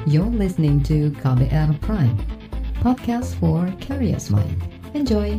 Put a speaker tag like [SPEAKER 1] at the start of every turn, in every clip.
[SPEAKER 1] You're listening to KBR Prime, podcast for curious mind. Enjoy!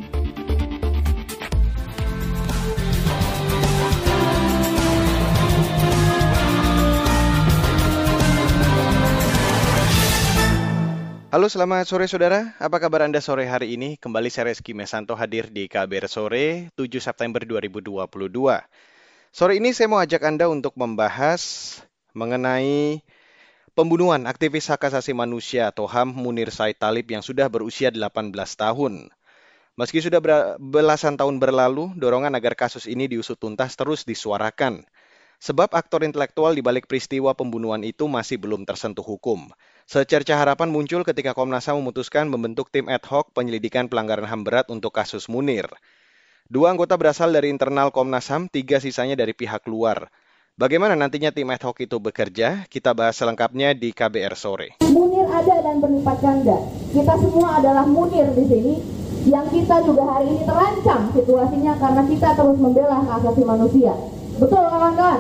[SPEAKER 2] Halo, selamat sore saudara. Apa kabar Anda sore hari ini? Kembali saya Reski Mesanto hadir di KBR Sore 7 September 2022. Sore ini saya mau ajak Anda untuk membahas mengenai pembunuhan aktivis hak asasi manusia atau HAM Munir Said Thalib yang sudah berusia 18 tahun. Meski sudah belasan tahun berlalu, dorongan agar kasus ini diusut tuntas terus disuarakan. Sebab aktor intelektual di balik peristiwa pembunuhan itu masih belum tersentuh hukum. Secerca harapan muncul ketika Komnas HAM memutuskan membentuk tim ad hoc penyelidikan pelanggaran HAM berat untuk kasus Munir. 2 anggota berasal dari internal Komnas HAM, 3 sisanya dari pihak luar. Bagaimana nantinya tim ad hoc itu bekerja? Kita bahas selengkapnya di KBR Sore.
[SPEAKER 3] Munir ada dan berlipat ganda. Kita semua adalah Munir di sini. Yang kita juga hari ini terancam situasinya karena kita terus membela hak asasi manusia. Betul kawan-kawan?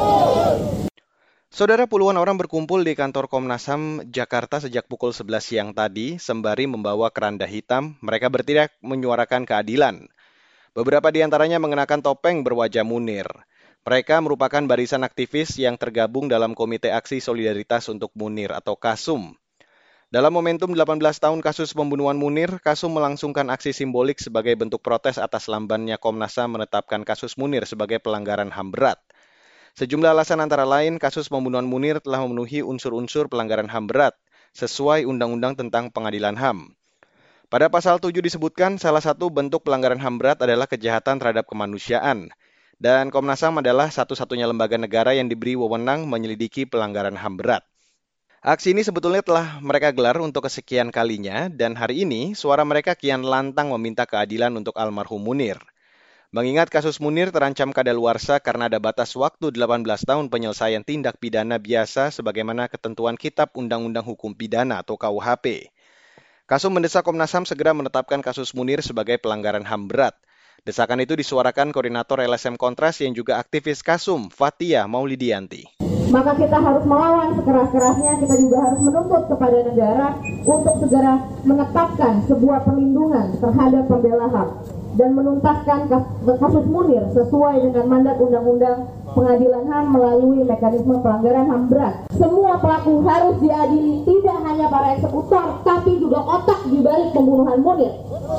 [SPEAKER 2] Saudara, puluhan orang berkumpul di kantor Komnas HAM Jakarta sejak pukul 11 siang tadi sembari membawa keranda hitam. Mereka berteriak menyuarakan keadilan. Beberapa di antaranya mengenakan topeng berwajah Munir. Mereka merupakan barisan aktivis yang tergabung dalam Komite Aksi Solidaritas untuk Munir atau KASUM. Dalam momentum 18 tahun kasus pembunuhan Munir, KASUM melangsungkan aksi simbolik sebagai bentuk protes atas lambannya Komnas HAM menetapkan kasus Munir sebagai pelanggaran HAM berat. Sejumlah alasan antara lain, kasus pembunuhan Munir telah memenuhi unsur-unsur pelanggaran HAM berat sesuai Undang-Undang tentang Pengadilan HAM. Pada pasal 7 disebutkan salah satu bentuk pelanggaran HAM berat adalah kejahatan terhadap kemanusiaan. Dan Komnas HAM adalah satu-satunya lembaga negara yang diberi wewenang menyelidiki pelanggaran HAM berat. Aksi ini sebetulnya telah mereka gelar untuk kesekian kalinya dan hari ini suara mereka kian lantang meminta keadilan untuk almarhum Munir. Mengingat kasus Munir terancam kadaluarsa karena ada batas waktu 18 tahun penyelesaian tindak pidana biasa sebagaimana ketentuan Kitab Undang-Undang Hukum Pidana atau KUHP. KASUM mendesak Komnas HAM segera menetapkan kasus Munir sebagai pelanggaran HAM berat. Desakan itu disuarakan Koordinator LSM Kontras yang juga aktivis KASUM, Fathia Maulidianti.
[SPEAKER 3] Maka kita harus melawan sekeras-kerasnya, kita juga harus menuntut kepada negara untuk segera menetapkan sebuah perlindungan terhadap pembela HAM dan menuntaskan kasus Munir sesuai dengan mandat Undang-Undang Pengadilan HAM melalui mekanisme pelanggaran HAM berat. Semua pelaku harus diadili, tidak hanya para eksekutor, tapi juga otak di balik pembunuhan Munir.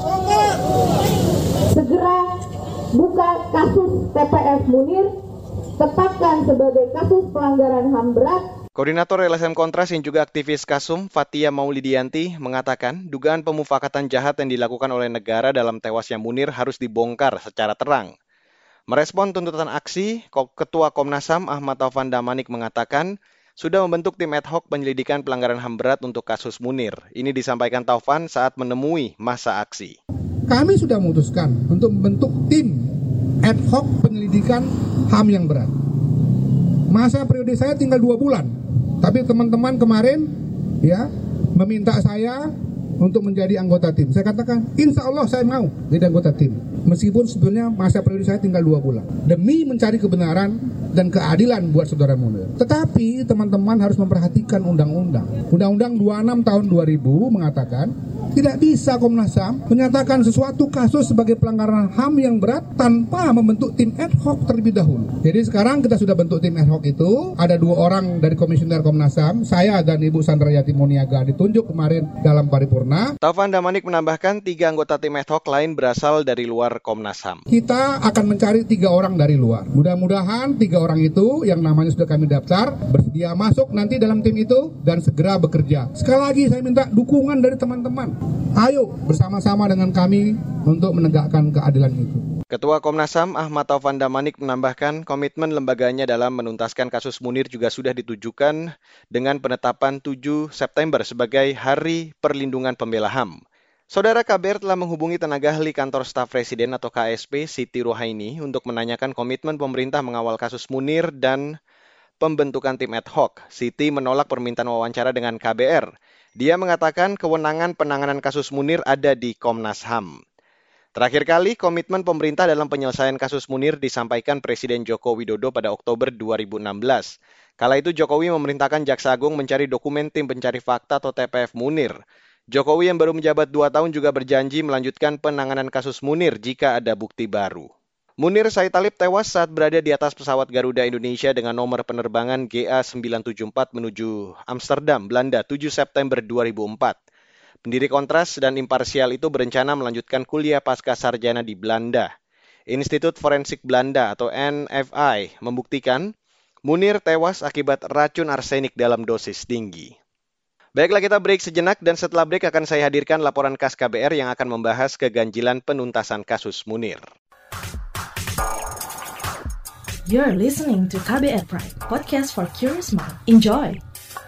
[SPEAKER 3] Segera buka kasus TPS Munir, tetapkan sebagai kasus pelanggaran HAM berat.
[SPEAKER 2] Koordinator LSM Kontras yang juga aktivis KASUM, Fathia Maulidianti, mengatakan dugaan pemufakatan jahat yang dilakukan oleh negara dalam tewasnya Munir harus dibongkar secara terang. Merespon tuntutan aksi, Ketua Komnas HAM Ahmad Taufan Damanik mengatakan sudah membentuk tim ad hoc penyelidikan pelanggaran HAM berat untuk kasus Munir. Ini disampaikan Taufan saat menemui masa aksi.
[SPEAKER 4] Kami sudah memutuskan untuk membentuk tim ad hoc penyelidikan HAM yang berat. Masa periode saya tinggal 2 bulan. Tapi teman-teman kemarin meminta saya untuk menjadi anggota tim. Saya katakan, insya Allah saya mau jadi anggota tim. Meskipun sebenarnya masa periode saya tinggal 2 bulan. Demi mencari kebenaran dan keadilan buat saudara Munir. Tetapi teman-teman harus memperhatikan undang-undang. Undang-undang 26 tahun 2000 mengatakan tidak bisa Komnas HAM menyatakan sesuatu kasus sebagai pelanggaran HAM yang berat tanpa membentuk tim ad hoc terlebih dahulu. Jadi sekarang kita sudah bentuk tim ad hoc itu. Ada 2 orang dari Komisioner Komnas HAM, saya dan Ibu Sandra Yati Moniaga ditunjuk kemarin dalam paripurna.
[SPEAKER 2] Taufan Damanik menambahkan 3 anggota tim ad hoc lain berasal dari luar Komnas HAM.
[SPEAKER 4] Kita akan mencari 3 orang dari luar. Mudah-mudahan 3 orang itu yang namanya sudah kami daftar bersedia masuk nanti dalam tim itu dan segera bekerja. Sekali lagi saya minta dukungan dari teman-teman. Ayo bersama-sama dengan kami untuk menegakkan keadilan itu.
[SPEAKER 2] Ketua Komnas HAM Ahmad Taufan Damanik menambahkan komitmen lembaganya dalam menuntaskan kasus Munir juga sudah ditujukan dengan penetapan 7 September sebagai Hari Perlindungan Pembela HAM. Saudara, KBR telah menghubungi tenaga ahli kantor staf presiden atau KSP Siti Ruhaini untuk menanyakan komitmen pemerintah mengawal kasus Munir dan pembentukan tim ad hoc. Siti menolak permintaan wawancara dengan KBR. Dia mengatakan kewenangan penanganan kasus Munir ada di Komnas HAM. Terakhir kali, komitmen pemerintah dalam penyelesaian kasus Munir disampaikan Presiden Joko Widodo pada Oktober 2016. Kala itu Jokowi memerintahkan Jaksa Agung mencari dokumen tim pencari fakta atau TPF Munir. Jokowi yang baru menjabat 2 tahun juga berjanji melanjutkan penanganan kasus Munir jika ada bukti baru. Munir Saitalip tewas saat berada di atas pesawat Garuda Indonesia dengan nomor penerbangan GA974 menuju Amsterdam, Belanda 7 September 2004. Pendiri Kontras dan Imparsial itu berencana melanjutkan kuliah pasca sarjana di Belanda. Institut Forensik Belanda atau NFI membuktikan Munir tewas akibat racun arsenik dalam dosis tinggi. Baiklah, kita break sejenak dan setelah break akan saya hadirkan laporan khas KBR yang akan membahas keganjilan penuntasan kasus Munir.
[SPEAKER 5] You're listening to KBR Pride, podcast for curious mind. Enjoy!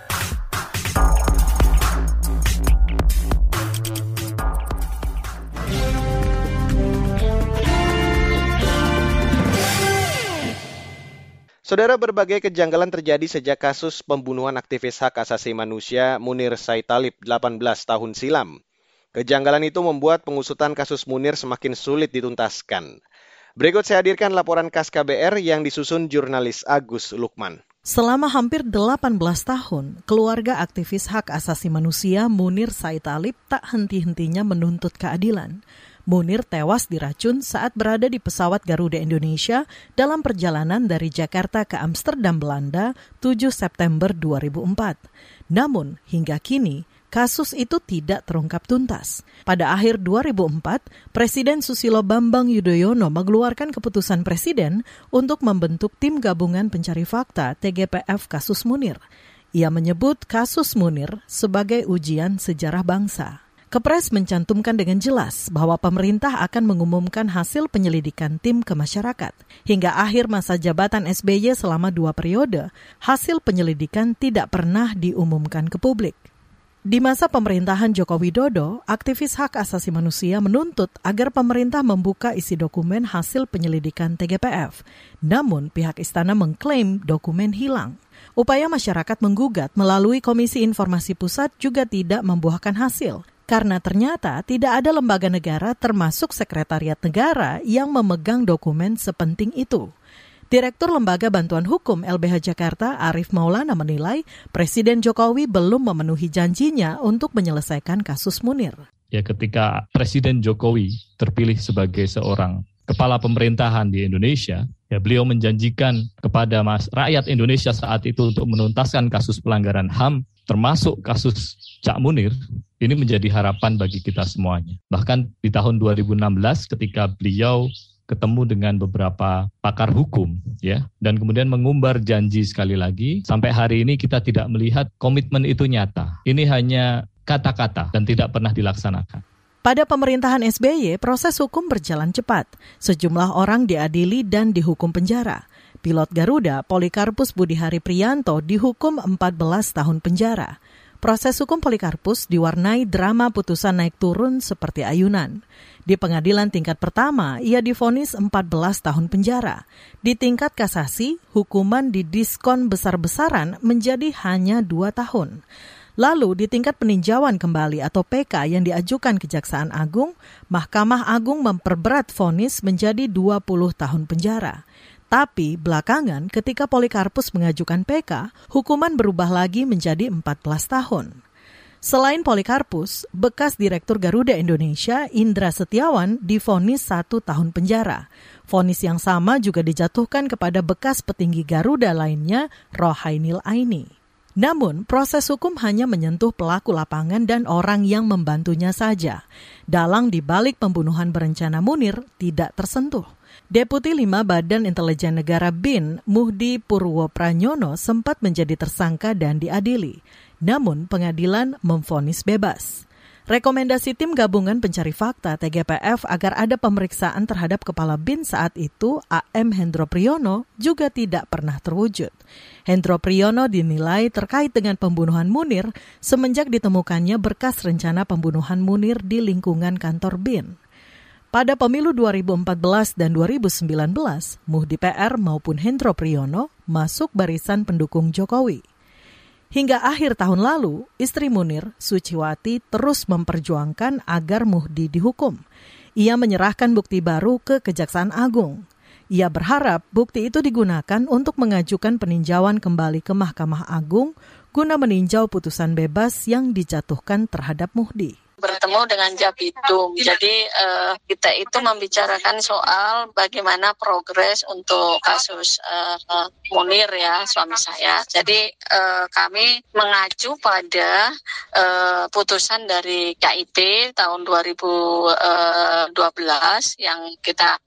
[SPEAKER 2] Saudara, berbagai kejanggalan terjadi sejak kasus pembunuhan aktivis hak asasi manusia Munir Saitalip 18 tahun silam. Kejanggalan itu membuat pengusutan kasus Munir semakin sulit dituntaskan. Berikut saya hadirkan laporan khas KBR yang disusun jurnalis Agus Lukman.
[SPEAKER 6] Selama hampir 18 tahun, keluarga aktivis hak asasi manusia Munir Saitalip tak henti-hentinya menuntut keadilan. Munir tewas diracun saat berada di pesawat Garuda Indonesia dalam perjalanan dari Jakarta ke Amsterdam, Belanda, 7 September 2004. Namun, hingga kini, kasus itu tidak terungkap tuntas. Pada akhir 2004, Presiden Susilo Bambang Yudhoyono mengeluarkan keputusan Presiden untuk membentuk Tim Gabungan Pencari Fakta TGPF kasus Munir. Ia menyebut kasus Munir sebagai ujian sejarah bangsa. Kepres mencantumkan dengan jelas bahwa pemerintah akan mengumumkan hasil penyelidikan tim ke masyarakat. Hingga akhir masa jabatan SBY selama 2 periode, hasil penyelidikan tidak pernah diumumkan ke publik. Di masa pemerintahan Joko Widodo, aktivis hak asasi manusia menuntut agar pemerintah membuka isi dokumen hasil penyelidikan TGPF. Namun, pihak istana mengklaim dokumen hilang. Upaya masyarakat menggugat melalui Komisi Informasi Pusat juga tidak membuahkan hasil. Karena ternyata tidak ada lembaga negara termasuk Sekretariat Negara yang memegang dokumen sepenting itu. Direktur Lembaga Bantuan Hukum LBH Jakarta, Arief Maulana menilai Presiden Jokowi belum memenuhi janjinya untuk menyelesaikan kasus Munir.
[SPEAKER 7] Ya, ketika Presiden Jokowi terpilih sebagai seorang kepala pemerintahan di Indonesia, ya beliau menjanjikan kepada rakyat Indonesia saat itu untuk menuntaskan kasus pelanggaran HAM, termasuk kasus Cak Munir. Ini menjadi harapan bagi kita semuanya. Bahkan di tahun 2016 ketika beliau ketemu dengan beberapa pakar hukum, ya, dan kemudian mengumbar janji sekali lagi, sampai hari ini kita tidak melihat komitmen itu nyata. Ini hanya kata-kata dan tidak pernah dilaksanakan.
[SPEAKER 6] Pada pemerintahan SBY, proses hukum berjalan cepat. Sejumlah orang diadili dan dihukum penjara. Pilot Garuda, Polikarpus Budihari Priyanto, dihukum 14 tahun penjara. Proses hukum Polikarpus diwarnai drama putusan naik turun seperti ayunan. Di pengadilan tingkat pertama, ia divonis 14 tahun penjara. Di tingkat kasasi, hukuman didiskon besar-besaran menjadi hanya 2 tahun. Lalu di tingkat peninjauan kembali atau PK yang diajukan Kejaksaan Agung, Mahkamah Agung memperberat vonis menjadi 20 tahun penjara. Tapi belakangan ketika Polikarpus mengajukan PK, hukuman berubah lagi menjadi 14 tahun. Selain Polikarpus, bekas Direktur Garuda Indonesia Indra Setiawan divonis 1 tahun penjara. Vonis yang sama juga dijatuhkan kepada bekas petinggi Garuda lainnya, Rohainil Aini. Namun, proses hukum hanya menyentuh pelaku lapangan dan orang yang membantunya saja. Dalang di balik pembunuhan berencana Munir tidak tersentuh. Deputi 5 Badan Intelijen Negara BIN, Muhdi Purwopranyono sempat menjadi tersangka dan diadili. Namun, pengadilan memvonis bebas. Rekomendasi Tim Gabungan Pencari Fakta TGPF agar ada pemeriksaan terhadap Kepala BIN saat itu, AM Hendro Priyono, juga tidak pernah terwujud. Hendro Priyono dinilai terkait dengan pembunuhan Munir semenjak ditemukannya berkas rencana pembunuhan Munir di lingkungan kantor BIN. Pada pemilu 2014 dan 2019, Muhdi PR maupun Hendro Priyono masuk barisan pendukung Jokowi. Hingga akhir tahun lalu, istri Munir, Suciwati, terus memperjuangkan agar Muhdi dihukum. Ia menyerahkan bukti baru ke Kejaksaan Agung. Ia berharap bukti itu digunakan untuk mengajukan peninjauan kembali ke Mahkamah Agung guna meninjau putusan bebas yang dijatuhkan terhadap Muhdi.
[SPEAKER 8] Bertemu dengan Jabitum. Jadi kita itu membicarakan soal bagaimana progres untuk kasus Munir ya, suami saya. Jadi kami mengacu pada putusan dari KIP tahun 2012 yang kita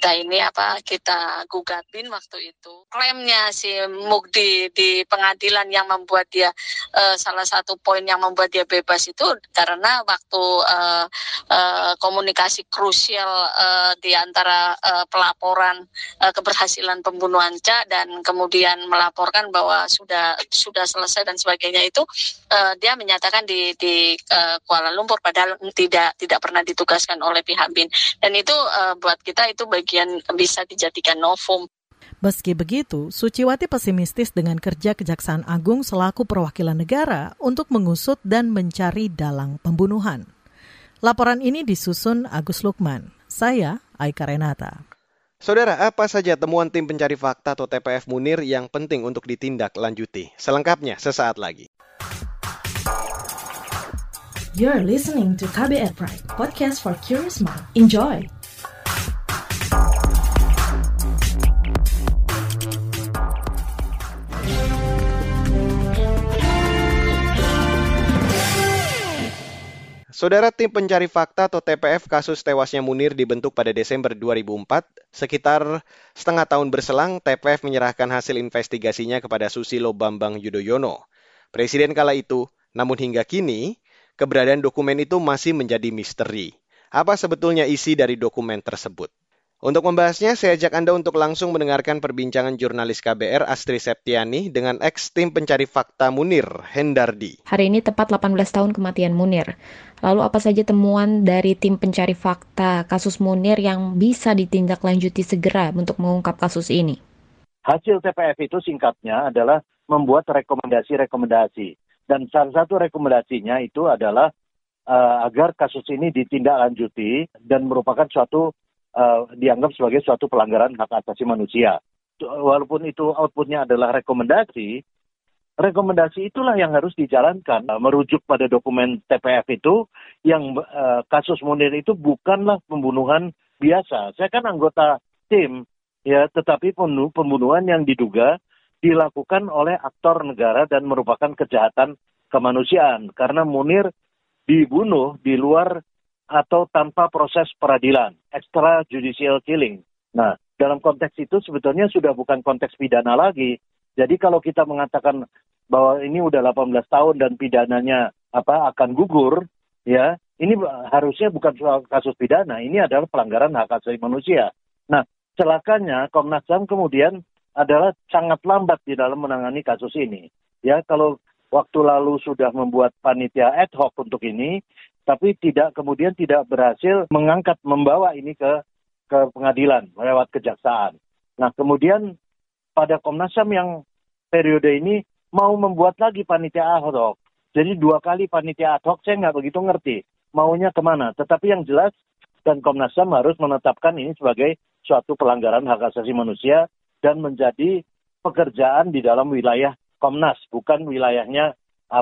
[SPEAKER 8] gugatin waktu itu. Klaimnya si Muhdi di pengadilan yang membuat dia salah satu poin yang membuat dia bebas itu karena waktu komunikasi krusial di antara pelaporan keberhasilan pembunuhan Cha dan kemudian melaporkan bahwa sudah selesai dan sebagainya itu dia menyatakan di Kuala Lumpur padahal tidak pernah ditugaskan oleh pihak BIN dan itu buat kita itu bagian bisa dijadikan novum.
[SPEAKER 6] Meski begitu, Suciwati pesimistis dengan kerja Kejaksaan Agung selaku perwakilan negara untuk mengusut dan mencari dalang pembunuhan. Laporan ini disusun Agus Lukman. Saya, Aika Renata.
[SPEAKER 2] Saudara, apa saja temuan tim pencari fakta atau TPF Munir yang penting untuk ditindaklanjuti? Selengkapnya sesaat lagi.
[SPEAKER 5] You're listening to KBR Pride, podcast for curious mind. Enjoy!
[SPEAKER 2] Saudara, tim pencari fakta atau TPF kasus tewasnya Munir dibentuk pada Desember 2004. Sekitar setengah tahun berselang, TPF menyerahkan hasil investigasinya kepada Susilo Bambang Yudhoyono, Presiden kala itu. Namun hingga kini, keberadaan dokumen itu masih menjadi misteri. Apa sebetulnya isi dari dokumen tersebut? Untuk membahasnya, saya ajak Anda untuk langsung mendengarkan perbincangan jurnalis KBR Astri Septiani dengan ex-tim pencari fakta Munir, Hendardi.
[SPEAKER 9] Hari ini tepat 18 tahun kematian Munir. Lalu apa saja temuan dari tim pencari fakta kasus Munir yang bisa ditindaklanjuti segera untuk mengungkap kasus ini?
[SPEAKER 10] Hasil TPF itu singkatnya adalah membuat rekomendasi-rekomendasi. Dan salah satu rekomendasinya itu adalah agar kasus ini ditindaklanjuti dan merupakan suatu dianggap sebagai suatu pelanggaran hak asasi manusia. Walaupun itu outputnya adalah rekomendasi itulah yang harus dijalankan. Merujuk pada dokumen TPF itu, yang kasus Munir itu bukanlah pembunuhan biasa. Saya kan anggota tim, ya, tetapi pembunuhan yang diduga dilakukan oleh aktor negara dan merupakan kejahatan kemanusiaan. Karena Munir dibunuh di luar atau tanpa proses peradilan, extrajudicial killing. Nah, dalam konteks itu sebetulnya sudah bukan konteks pidana lagi. Jadi kalau kita mengatakan bahwa ini udah 18 tahun dan pidananya akan gugur, ya, ini harusnya bukan soal kasus pidana, ini adalah pelanggaran hak asasi manusia. Nah, celakanya Komnas HAM kemudian adalah sangat lambat di dalam menangani kasus ini. Ya, kalau waktu lalu sudah membuat panitia ad hoc untuk ini, tapi kemudian tidak berhasil membawa ini ke pengadilan lewat kejaksaan. Nah, kemudian pada Komnas HAM yang periode ini mau membuat lagi panitia ad hoc. Jadi 2 kali panitia ad hoc, saya nggak begitu ngerti maunya kemana. Tetapi yang jelas, dan Komnas HAM harus menetapkan ini sebagai suatu pelanggaran hak asasi manusia dan menjadi pekerjaan di dalam wilayah Komnas, bukan wilayahnya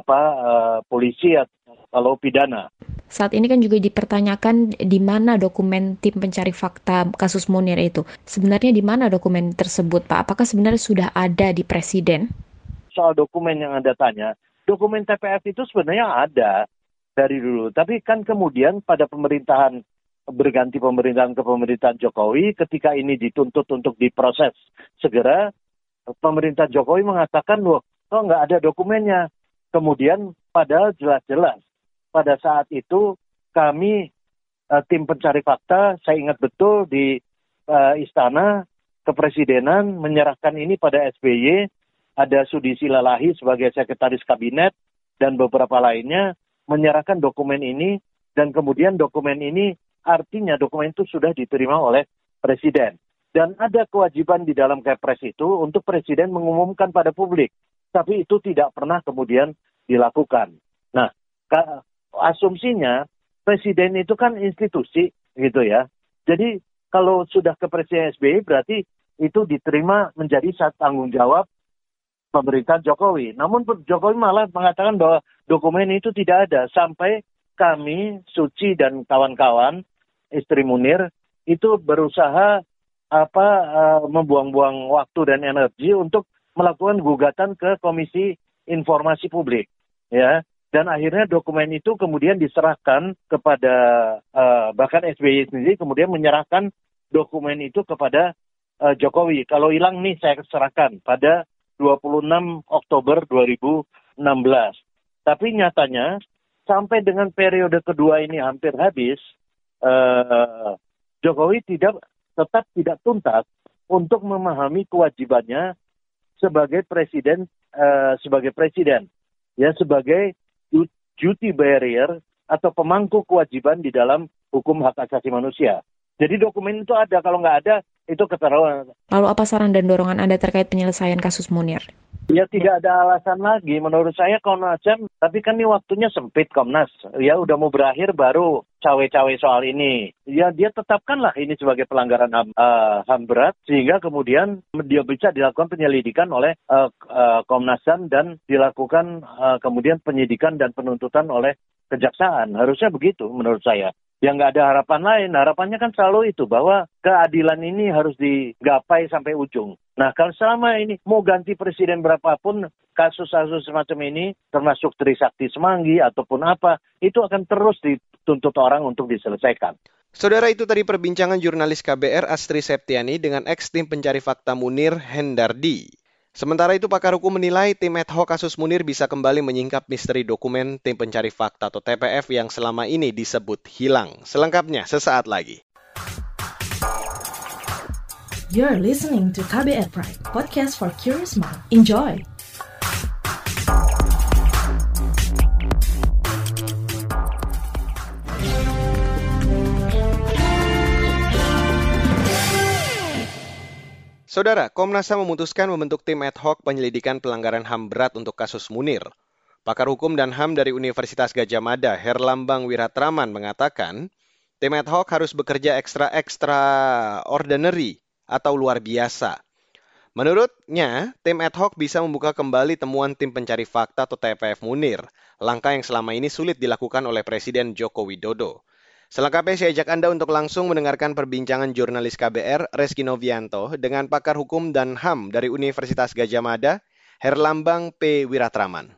[SPEAKER 10] polisi kalau pidana.
[SPEAKER 9] Saat ini kan juga dipertanyakan di mana dokumen tim pencari fakta kasus Munir itu. Sebenarnya di mana dokumen tersebut, Pak? Apakah sebenarnya sudah ada di Presiden?
[SPEAKER 10] Soal dokumen yang Anda tanya, dokumen TPF itu sebenarnya ada dari dulu. Tapi kan kemudian pada berganti pemerintahan ke pemerintahan Jokowi, ketika ini dituntut untuk diproses segera, pemerintah Jokowi mengatakan, loh, kok nggak ada dokumennya. Kemudian padahal jelas-jelas pada saat itu kami tim pencari fakta, saya ingat betul di Istana Kepresidenan menyerahkan ini pada SBY, ada Sudi Silalahi sebagai sekretaris kabinet dan beberapa lainnya menyerahkan dokumen ini, dan kemudian dokumen ini artinya dokumen itu sudah diterima oleh Presiden. Dan ada kewajiban di dalam Kepres itu untuk Presiden mengumumkan pada publik. Tapi itu tidak pernah kemudian dilakukan. Nah, asumsinya Presiden itu kan institusi gitu ya. Jadi kalau sudah ke Presiden SBY berarti itu diterima menjadi tanggung jawab pemerintahan Jokowi. Namun Jokowi malah mengatakan bahwa dokumen itu tidak ada sampai kami, Suci dan kawan-kawan, istri Munir, itu berusaha membuang-buang waktu dan energi untuk melakukan gugatan ke Komisi Informasi Publik, ya. Dan akhirnya dokumen itu kemudian diserahkan kepada bahkan SBY sendiri kemudian menyerahkan dokumen itu kepada Jokowi. Kalau hilang nih saya serahkan pada 26 Oktober 2016. Tapi nyatanya sampai dengan periode kedua ini hampir habis, Jokowi tetap tidak tuntas untuk memahami kewajibannya sebagai presiden, ya, sebagai duty barrier atau pemangku kewajiban di dalam hukum hak asasi manusia. Jadi dokumen itu ada, kalau nggak ada itu keterlaluan.
[SPEAKER 9] Lalu apa saran dan dorongan Anda terkait penyelesaian kasus Munir?
[SPEAKER 10] Ya tidak ada alasan lagi menurut saya Komnas HAM, tapi kan ini waktunya sempit Komnas. Ya udah mau berakhir baru cawe-cawe soal ini. Ya dia tetapkanlah ini sebagai pelanggaran HAM berat sehingga kemudian dia bisa dilakukan penyelidikan oleh Komnas HAM dan dilakukan kemudian penyidikan dan penuntutan oleh kejaksaan. Harusnya begitu menurut saya. Ya nggak ada harapan lain. Harapannya kan selalu itu bahwa keadilan ini harus digapai sampai ujung. Nah kalau selama ini mau ganti presiden berapapun, kasus-kasus semacam ini, termasuk Trisakti Semanggi ataupun apa, itu akan terus dituntut orang untuk diselesaikan.
[SPEAKER 2] Saudara, itu tadi perbincangan jurnalis KBR Astri Septiani dengan ex-tim pencari fakta Munir Hendardi. Sementara itu, pakar hukum menilai tim ad hoc kasus Munir bisa kembali menyingkap misteri dokumen tim pencari fakta atau TPF yang selama ini disebut hilang. Selengkapnya sesaat lagi.
[SPEAKER 5] You're listening to KBR Pride, podcast for curious mind. Enjoy!
[SPEAKER 2] Saudara, Komnas HAM memutuskan membentuk tim ad hoc penyelidikan pelanggaran HAM berat untuk kasus Munir. Pakar hukum dan HAM dari Universitas Gadjah Mada, Herlambang Wiratraman, mengatakan tim ad hoc harus bekerja extraordinary atau luar biasa. Menurutnya, tim ad hoc bisa membuka kembali temuan tim pencari fakta atau TPF Munir, langkah yang selama ini sulit dilakukan oleh Presiden Joko Widodo. Selengkapnya saya ajak Anda untuk langsung mendengarkan perbincangan jurnalis KBR Reski Novianto dengan pakar hukum dan HAM dari Universitas Gadjah Mada, Herlambang P. Wiratraman.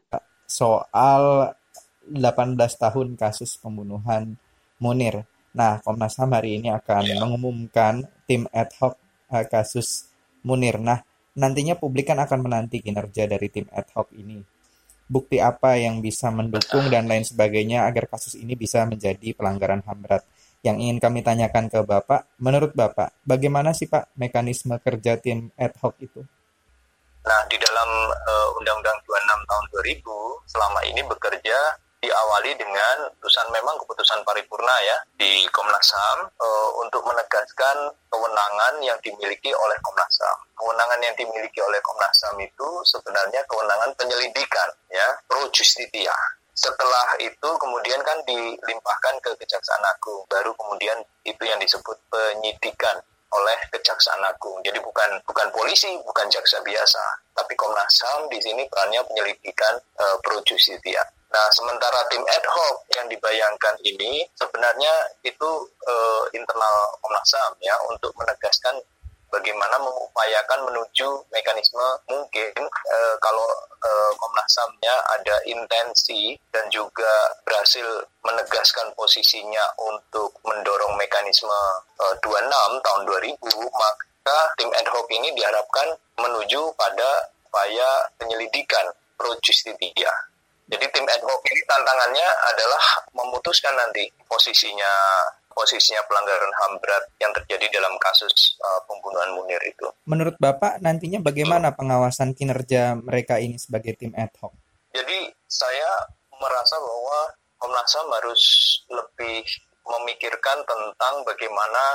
[SPEAKER 11] Soal 18 tahun kasus pembunuhan Munir. Nah, Komnas HAM hari ini akan mengumumkan tim ad hoc kasus Munir. Nah, nantinya publik kan akan menanti kinerja dari tim ad hoc ini. Bukti apa yang bisa mendukung dan lain sebagainya agar kasus ini bisa menjadi pelanggaran HAM berat. Yang ingin kami tanyakan ke Bapak, menurut Bapak, bagaimana sih Pak mekanisme kerja tim ad hoc itu?
[SPEAKER 12] Nah, di dalam Undang-Undang 26 tahun 2000, selama ini bekerja diawali dengan keputusan paripurna ya di Komnas HAM untuk menegaskan kewenangan yang dimiliki oleh Komnas HAM. Kewenangan yang dimiliki oleh Komnas HAM itu sebenarnya kewenangan penyelidikan ya, pro justitia. Setelah itu kemudian kan dilimpahkan ke Kejaksaan Agung, baru kemudian itu yang disebut penyidikan oleh Kejaksaan Agung. Jadi bukan polisi, bukan jaksa biasa, tapi Komnas HAM di sini perannya penyelidikan pro justitia. Nah, sementara tim ad hoc yang dibayangkan ini sebenarnya itu internal Komnas HAM ya, untuk menegaskan bagaimana mengupayakan menuju mekanisme mungkin kalau Komnas HAM-nya ada intensi dan juga berhasil menegaskan posisinya untuk mendorong mekanisme 26 tahun 2000, maka tim ad hoc ini diharapkan menuju pada upaya penyelidikan pro justitia. Jadi tim ad hoc ini tantangannya adalah memutuskan nanti posisinya pelanggaran HAM berat yang terjadi dalam kasus pembunuhan Munir itu.
[SPEAKER 11] Menurut Bapak, nantinya bagaimana pengawasan kinerja mereka ini sebagai tim ad hoc?
[SPEAKER 12] Jadi saya merasa bahwa Komnas HAM harus lebih memikirkan tentang bagaimana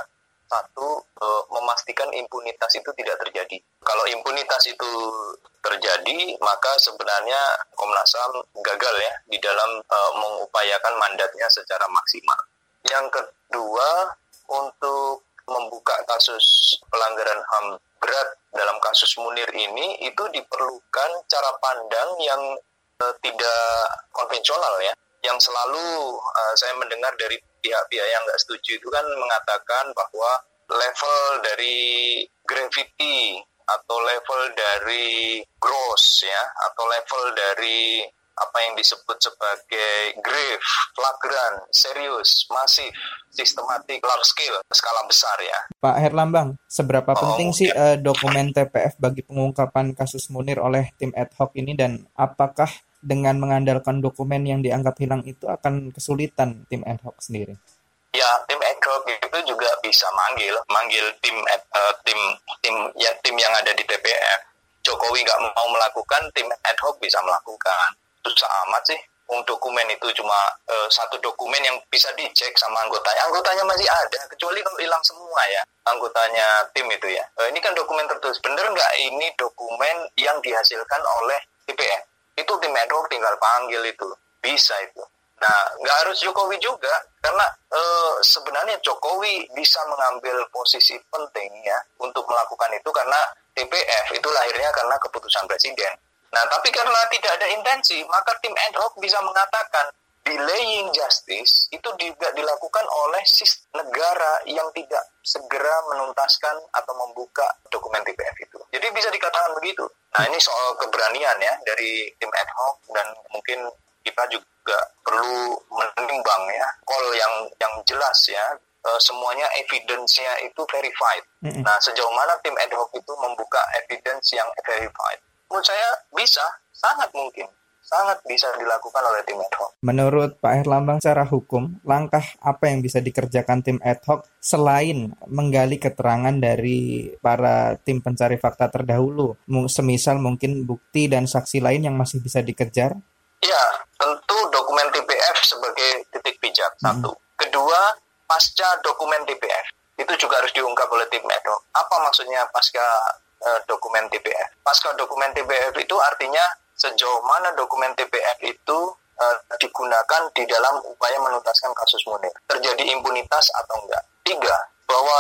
[SPEAKER 12] memastikan impunitas itu tidak terjadi. Kalau impunitas itu terjadi, maka sebenarnya Komnas HAM gagal ya di dalam mengupayakan mandatnya secara maksimal. Yang kedua, untuk membuka kasus pelanggaran HAM berat dalam kasus Munir ini itu diperlukan cara pandang yang tidak konvensional ya. Yang selalu saya mendengar dari pihak-pihak yang nggak setuju itu kan mengatakan bahwa level dari gravity atau level dari gross ya, atau level dari apa yang disebut sebagai grave, flagrant, serius, masif, sistematik, large scale, skala besar ya.
[SPEAKER 11] Pak Herlambang, seberapa penting sih dokumen TPF bagi pengungkapan kasus Munir oleh tim ad hoc ini, dan apakah dengan mengandalkan dokumen yang dianggap hilang itu akan kesulitan tim ad hoc sendiri?
[SPEAKER 12] Ya, tim ad hoc itu juga bisa manggil tim yang ada di TPF. Jokowi nggak mau melakukan, tim ad hoc bisa melakukan. Susah amat sih. Dokumen itu cuma satu dokumen yang bisa dicek sama anggotanya masih ada, kecuali kalau hilang semua ya anggotanya tim itu ya. Ini kan dokumen tertulis, bener nggak ini dokumen yang dihasilkan oleh TPF? Itu tim ad hoc tinggal panggil itu, bisa itu. Nah, nggak harus Jokowi juga, karena sebenarnya Jokowi bisa mengambil posisi penting ya untuk melakukan itu, karena TPF itu lahirnya karena keputusan presiden. Nah, tapi karena tidak ada intensi, maka tim ad hoc bisa mengatakan delaying justice itu juga dilakukan oleh negara yang tidak segera menuntaskan atau membuka dokumen TPF itu. Jadi bisa dikatakan begitu. Nah, ini soal keberanian ya dari tim ad hoc, dan mungkin kita juga perlu menimbang ya call yang jelas ya, semuanya evidence-nya itu verified. Nah, sejauh mana tim ad hoc itu membuka evidence yang verified? Menurut saya bisa, sangat mungkin, sangat bisa dilakukan oleh tim ad hoc.
[SPEAKER 11] Menurut Pak Herlambang, secara hukum, langkah apa yang bisa dikerjakan tim ad hoc selain menggali keterangan dari para tim pencari fakta terdahulu, semisal mungkin bukti dan saksi lain yang masih bisa dikejar?
[SPEAKER 12] Ya, tentu dokumen TPF sebagai titik pijak, satu. Kedua, pasca dokumen TPF, itu juga harus diungkap oleh tim ad hoc. Apa maksudnya pasca dokumen TPF? Pasca dokumen TPF itu artinya sejauh mana dokumen TPF itu digunakan di dalam upaya menuntaskan kasus Munir. Terjadi impunitas atau enggak. 3, bahwa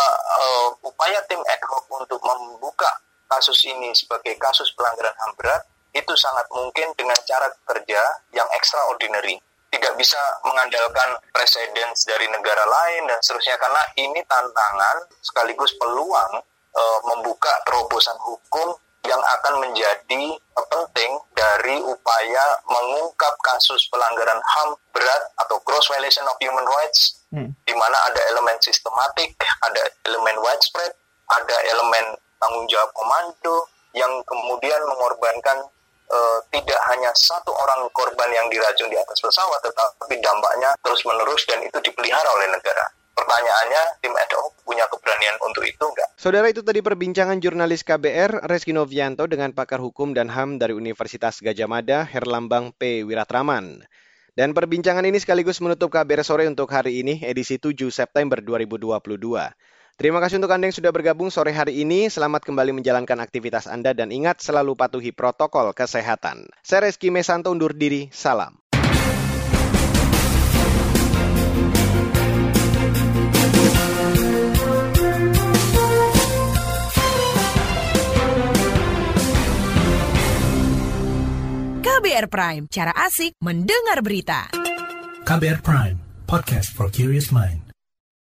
[SPEAKER 12] upaya tim ad hoc untuk membuka kasus ini sebagai kasus pelanggaran HAM berat itu sangat mungkin dengan cara kerja yang extraordinary. Tidak bisa mengandalkan precedents dari negara lain dan seterusnya, karena ini tantangan sekaligus peluang membuka terobosan hukum yang akan menjadi penting dari upaya mengungkap kasus pelanggaran HAM berat atau gross violation of human rights, di mana ada elemen sistematik, ada elemen widespread, ada elemen tanggung jawab komando yang kemudian mengorbankan tidak hanya satu orang korban yang diracun di atas pesawat, tetapi dampaknya terus-menerus dan itu dipelihara oleh negara. Pertanyaannya, tim ad hoc punya keberanian untuk itu enggak?
[SPEAKER 2] Saudara, itu tadi perbincangan jurnalis KBR Reski Novianto dengan pakar hukum dan HAM dari Universitas Gadjah Mada, Herlambang P. Wiratraman. Dan perbincangan ini sekaligus menutup KBR Sore untuk hari ini, edisi 7 September 2022. Terima kasih untuk Anda yang sudah bergabung sore hari ini. Selamat kembali menjalankan aktivitas Anda dan ingat selalu patuhi protokol kesehatan. Saya Reski Mesanto undur diri, salam.
[SPEAKER 5] KBR Prime, cara asik mendengar berita.
[SPEAKER 13] KBR Prime, podcast for curious mind.